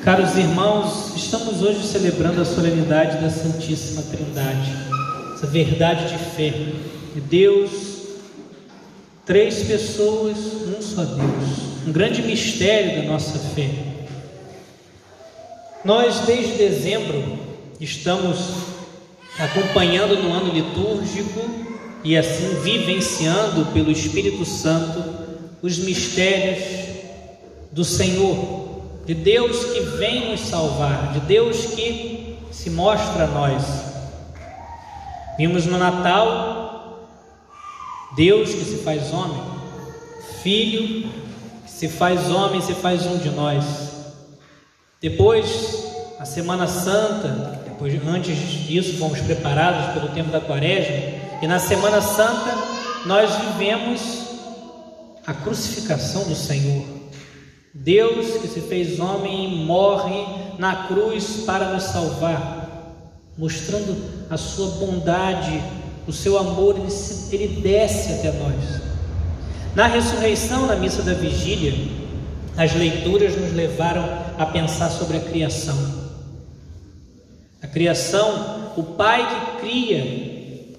Caros irmãos, estamos hoje celebrando a solenidade da Santíssima Trindade, essa verdade de fé, de Deus, três pessoas, um só Deus, um grande mistério da nossa fé. Nós, desde dezembro, estamos acompanhando no ano litúrgico e assim vivenciando pelo Espírito Santo os mistérios do Senhor, de Deus que vem nos salvar, de Deus que se mostra a nós. Vimos no Natal Deus que se faz homem, Filho que se faz homem, se faz um de nós. Depois, a Semana Santa, antes disso fomos preparados pelo tempo da Quaresma, e na Semana Santa nós vivemos a crucificação do Senhor. Deus que se fez homem e morre na cruz para nos salvar, mostrando a sua bondade, o seu amor, ele desce até nós. Na ressurreição, na missa da vigília, as leituras nos levaram a pensar sobre a criação. A criação, o Pai que cria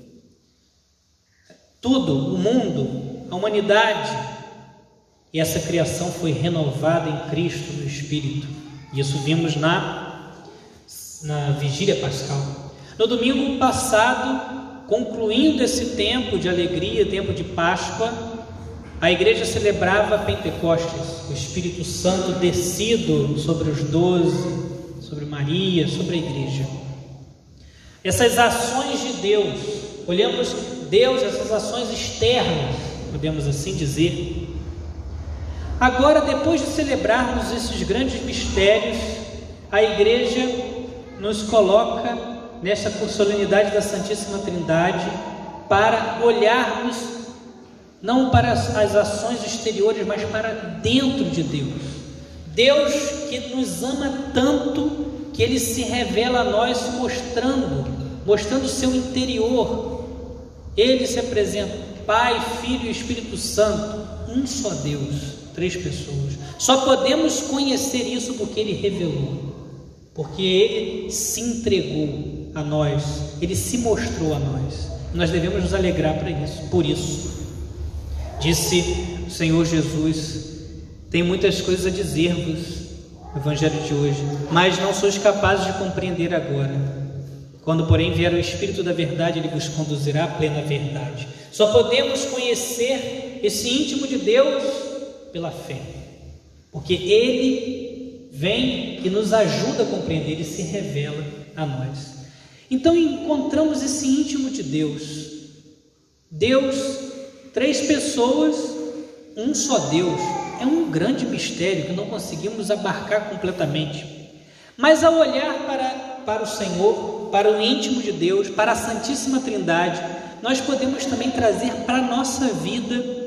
tudo, o mundo, a humanidade, e essa criação foi renovada em Cristo, no Espírito. Isso vimos na vigília pascal. No domingo passado, concluindo esse tempo de alegria, tempo de Páscoa, a igreja celebrava Pentecostes, o Espírito Santo descido sobre os 12, sobre Maria, sobre a igreja. Essas ações de Deus, olhamos Deus, essas ações externas, podemos assim dizer. Agora, depois de celebrarmos esses grandes mistérios, a igreja nos coloca nessa solenidade da Santíssima Trindade para olharmos não para as ações exteriores, mas para dentro de Deus. Deus que nos ama tanto que Ele se revela a nós mostrando o seu interior. Ele se apresenta, Pai, Filho e Espírito Santo, um só Deus. Três pessoas. Só podemos conhecer isso porque Ele revelou, porque Ele se entregou a nós, Ele se mostrou a nós. Nós devemos nos alegrar por isso. Disse o Senhor Jesus: tem muitas coisas a dizer-vos no Evangelho de hoje, mas não sois capazes de compreender agora. Quando, porém, vier o Espírito da verdade, Ele vos conduzirá à plena verdade. Só podemos conhecer esse íntimo de Deus pela fé, porque Ele vem e nos ajuda a compreender, Ele se revela a nós. Então encontramos esse íntimo de Deus. Deus, três pessoas, um só Deus. É um grande mistério que não conseguimos abarcar completamente. Mas ao olhar para o Senhor, para o íntimo de Deus, para a Santíssima Trindade, nós podemos também trazer para a nossa vida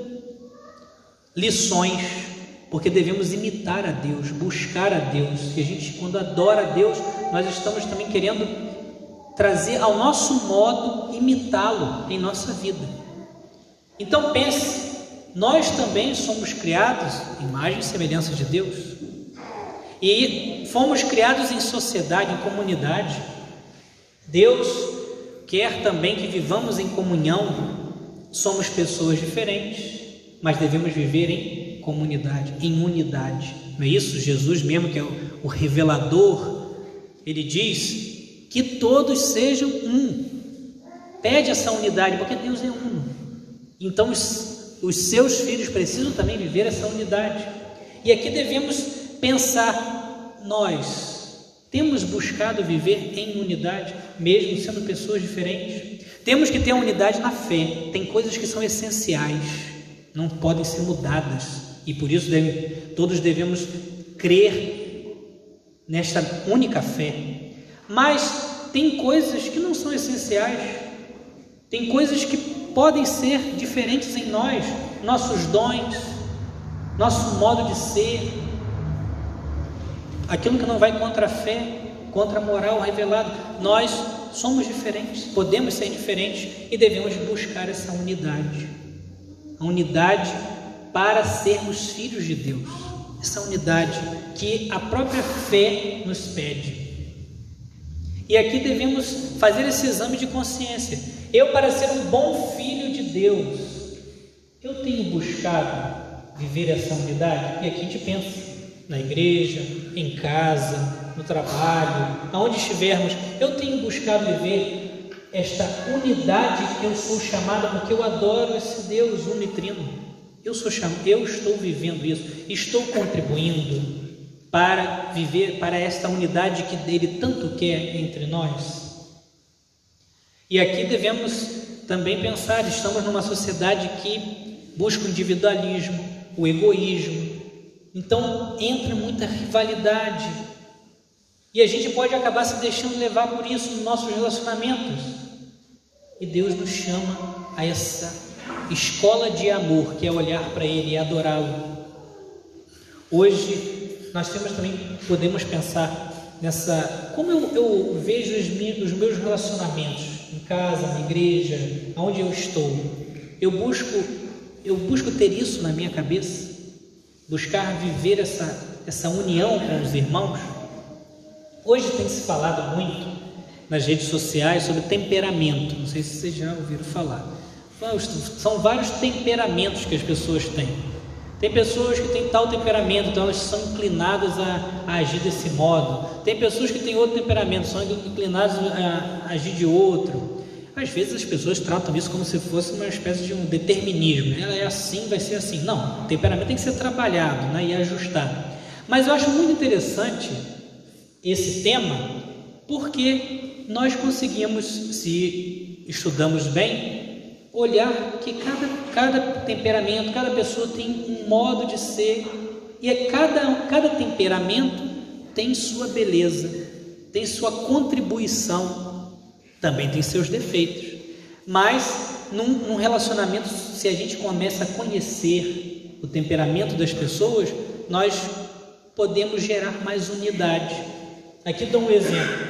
lições, porque devemos imitar a Deus, buscar a Deus. E a gente, quando adora a Deus, nós estamos também querendo trazer ao nosso modo, imitá-lo em nossa vida. Então pense, nós também somos criados imagem e semelhança de Deus, e fomos criados em sociedade, em comunidade. Deus quer também que vivamos em comunhão. Somos pessoas diferentes, mas devemos viver em comunidade, em unidade. Não é isso? Jesus mesmo, que é o revelador, ele diz que todos sejam um. Pede essa unidade, porque Deus é uno. Então os seus filhos precisam também viver essa unidade. E aqui devemos pensar, nós temos buscado viver em unidade, mesmo sendo pessoas diferentes? Temos que ter a unidade na fé. Tem coisas que são essenciais, não podem ser mudadas, e por isso todos devemos crer nesta única fé. Mas tem coisas que não são essenciais, tem coisas que podem ser diferentes em nós, nossos dons, nosso modo de ser, aquilo que não vai contra a fé, contra a moral revelada. Nós somos diferentes, podemos ser diferentes e devemos buscar essa unidade. A unidade para sermos filhos de Deus. essa unidade que a própria fé nos pede. E aqui devemos fazer esse exame de consciência. Eu, para ser um bom filho de Deus, eu tenho buscado viver essa unidade? E aqui a gente pensa na igreja, em casa, no trabalho, aonde estivermos. Eu tenho buscado viver esta unidade que eu sou chamada, porque eu adoro esse Deus unitrino. Eu estou vivendo isso, estou contribuindo para viver, para esta unidade que Ele tanto quer entre nós. E aqui devemos também pensar, estamos numa sociedade que busca o individualismo, o egoísmo, então entra muita rivalidade, e a gente pode acabar se deixando levar por isso nos nossos relacionamentos, e Deus nos chama a essa escola de amor, que é olhar para Ele e adorá-lo. Hoje nós podemos pensar nessa, como eu vejo os meus relacionamentos em casa, na igreja, onde eu estou. Eu busco ter isso na minha cabeça, buscar viver essa união com os irmãos. Hoje tem se falado muito nas redes sociais sobre temperamento, não sei se vocês já ouviram falar. São vários temperamentos que as pessoas têm. Tem pessoas que têm tal temperamento, então elas são inclinadas a agir desse modo. Tem pessoas que têm outro temperamento, são inclinadas a agir de outro. Às vezes as pessoas tratam isso como se fosse uma espécie de um determinismo. Ela é assim, vai ser assim. Não, o temperamento tem que ser trabalhado, né, e ajustado. Mas eu acho muito interessante esse tema, porque nós conseguimos, se estudamos bem, olhar que cada temperamento, cada pessoa tem um modo de ser, e cada temperamento tem sua beleza, tem sua contribuição, também tem seus defeitos. Mas num relacionamento, se a gente começa a conhecer o temperamento das pessoas, nós podemos gerar mais unidade. Aqui dou um exemplo.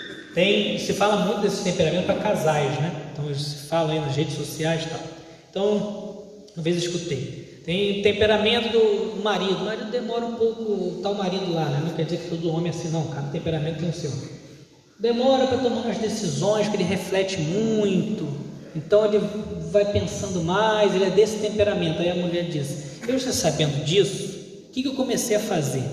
Se fala muito desse temperamento para casais, né? Então se fala aí nas redes sociais e tal. Então, uma vez eu escutei. Tem temperamento do marido. O marido demora um pouco, tal marido lá, né? Não quer dizer que todo homem é assim, não. Cada temperamento tem o seu. Demora para tomar umas decisões, que ele reflete muito. Então ele vai pensando mais, ele é desse temperamento. Aí a mulher diz: eu já sabendo disso, o que eu comecei a fazer?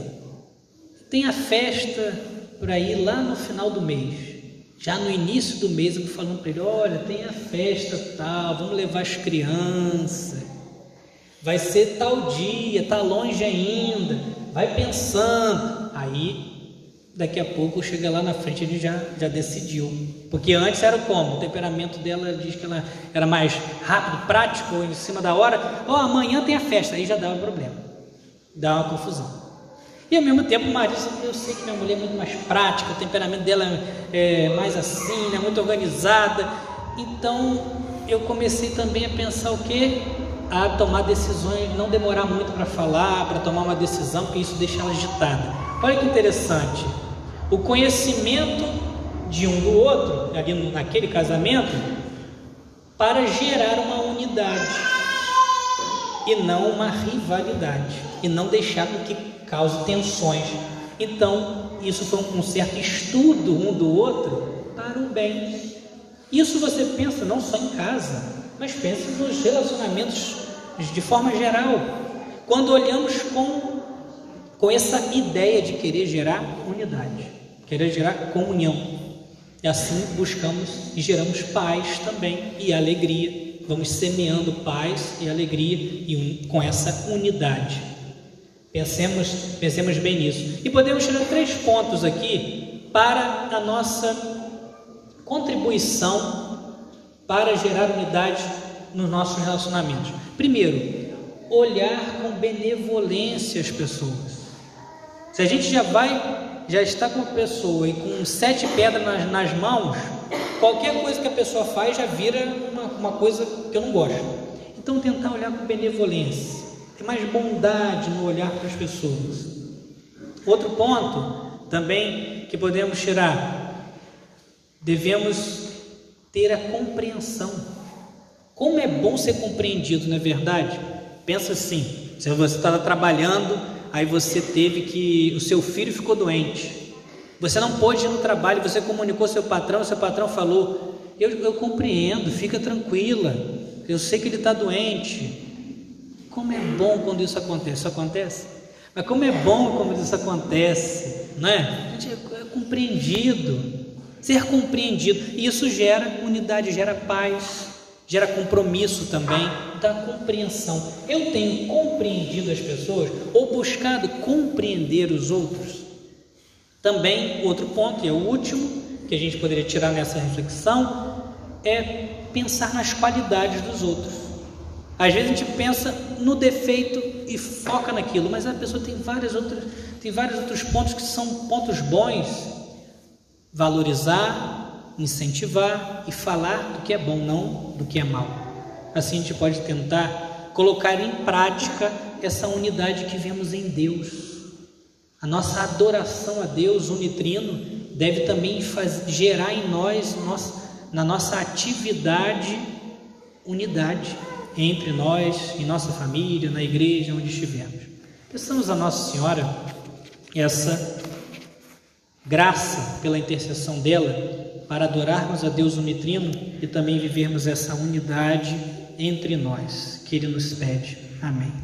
Tem a festa por aí lá no final do mês. Já no início do mês eu vou falando para ele: olha, tem a festa tal, vamos levar as crianças, vai ser tal dia, está longe ainda, vai pensando. Aí daqui a pouco chega lá na frente, ele já decidiu, porque antes era como? O temperamento dela diz que ela era mais rápido, prático, em cima da hora. Amanhã tem a festa, aí já dá um problema, dá uma confusão. E ao mesmo tempo o marido, eu sei que minha mulher é muito mais prática, o temperamento dela é mais assim, né, muito organizada. Então eu comecei também a pensar o quê? A tomar decisões, não demorar muito para falar, para tomar uma decisão, porque isso deixa ela agitada. Olha que interessante, o conhecimento de um do outro, ali naquele casamento, para gerar uma unidade e não uma rivalidade, e não deixar com que cause tensões. Então isso foi um certo estudo um do outro para o bem. Isso você pensa não só em casa, mas pensa nos relacionamentos de forma geral, quando olhamos com essa ideia de querer gerar unidade, querer gerar comunhão, e assim buscamos e geramos paz também e alegria. Vamos semeando paz e alegria com essa unidade. Pensemos bem nisso. E podemos tirar 3 pontos aqui para a nossa contribuição para gerar unidade nos nossos relacionamentos. Primeiro, olhar com benevolência as pessoas. Se a gente já está com a pessoa e com 7 pedras nas mãos, qualquer coisa que a pessoa faz já vira uma coisa que eu não gosto. Então tentar olhar com benevolência, ter mais bondade no olhar para as pessoas. Outro ponto também que podemos tirar: devemos ter a compreensão. Como é bom ser compreendido, não é verdade? Pensa assim, se você está trabalhando aí você teve que, o seu filho ficou doente, você não pôde ir no trabalho, você comunicou ao seu patrão falou, eu compreendo, fica tranquila, eu sei que ele está doente. Como é bom quando isso acontece, mas como é bom quando isso acontece, não é? A gente é compreendido, ser compreendido, e isso gera unidade, gera paz, gera compromisso também, da compreensão. Eu tenho compreendido as pessoas ou buscado compreender os outros? Também, outro ponto, e é o último, que a gente poderia tirar nessa reflexão, é pensar nas qualidades dos outros. Às vezes a gente pensa no defeito e foca naquilo, mas a pessoa tem vários outros pontos que são pontos bons. Valorizar, incentivar e falar do que é bom, não do que é mal. Assim a gente pode tentar colocar em prática essa unidade que vemos em Deus. A nossa adoração a Deus unitrino deve também gerar em nós, na nossa atividade, unidade entre nós, em nossa família, na igreja, onde estivermos. Peçamos a Nossa Senhora essa graça pela intercessão dela para adorarmos a Deus unitrino e também vivermos essa unidade entre nós que Ele nos pede. Amém.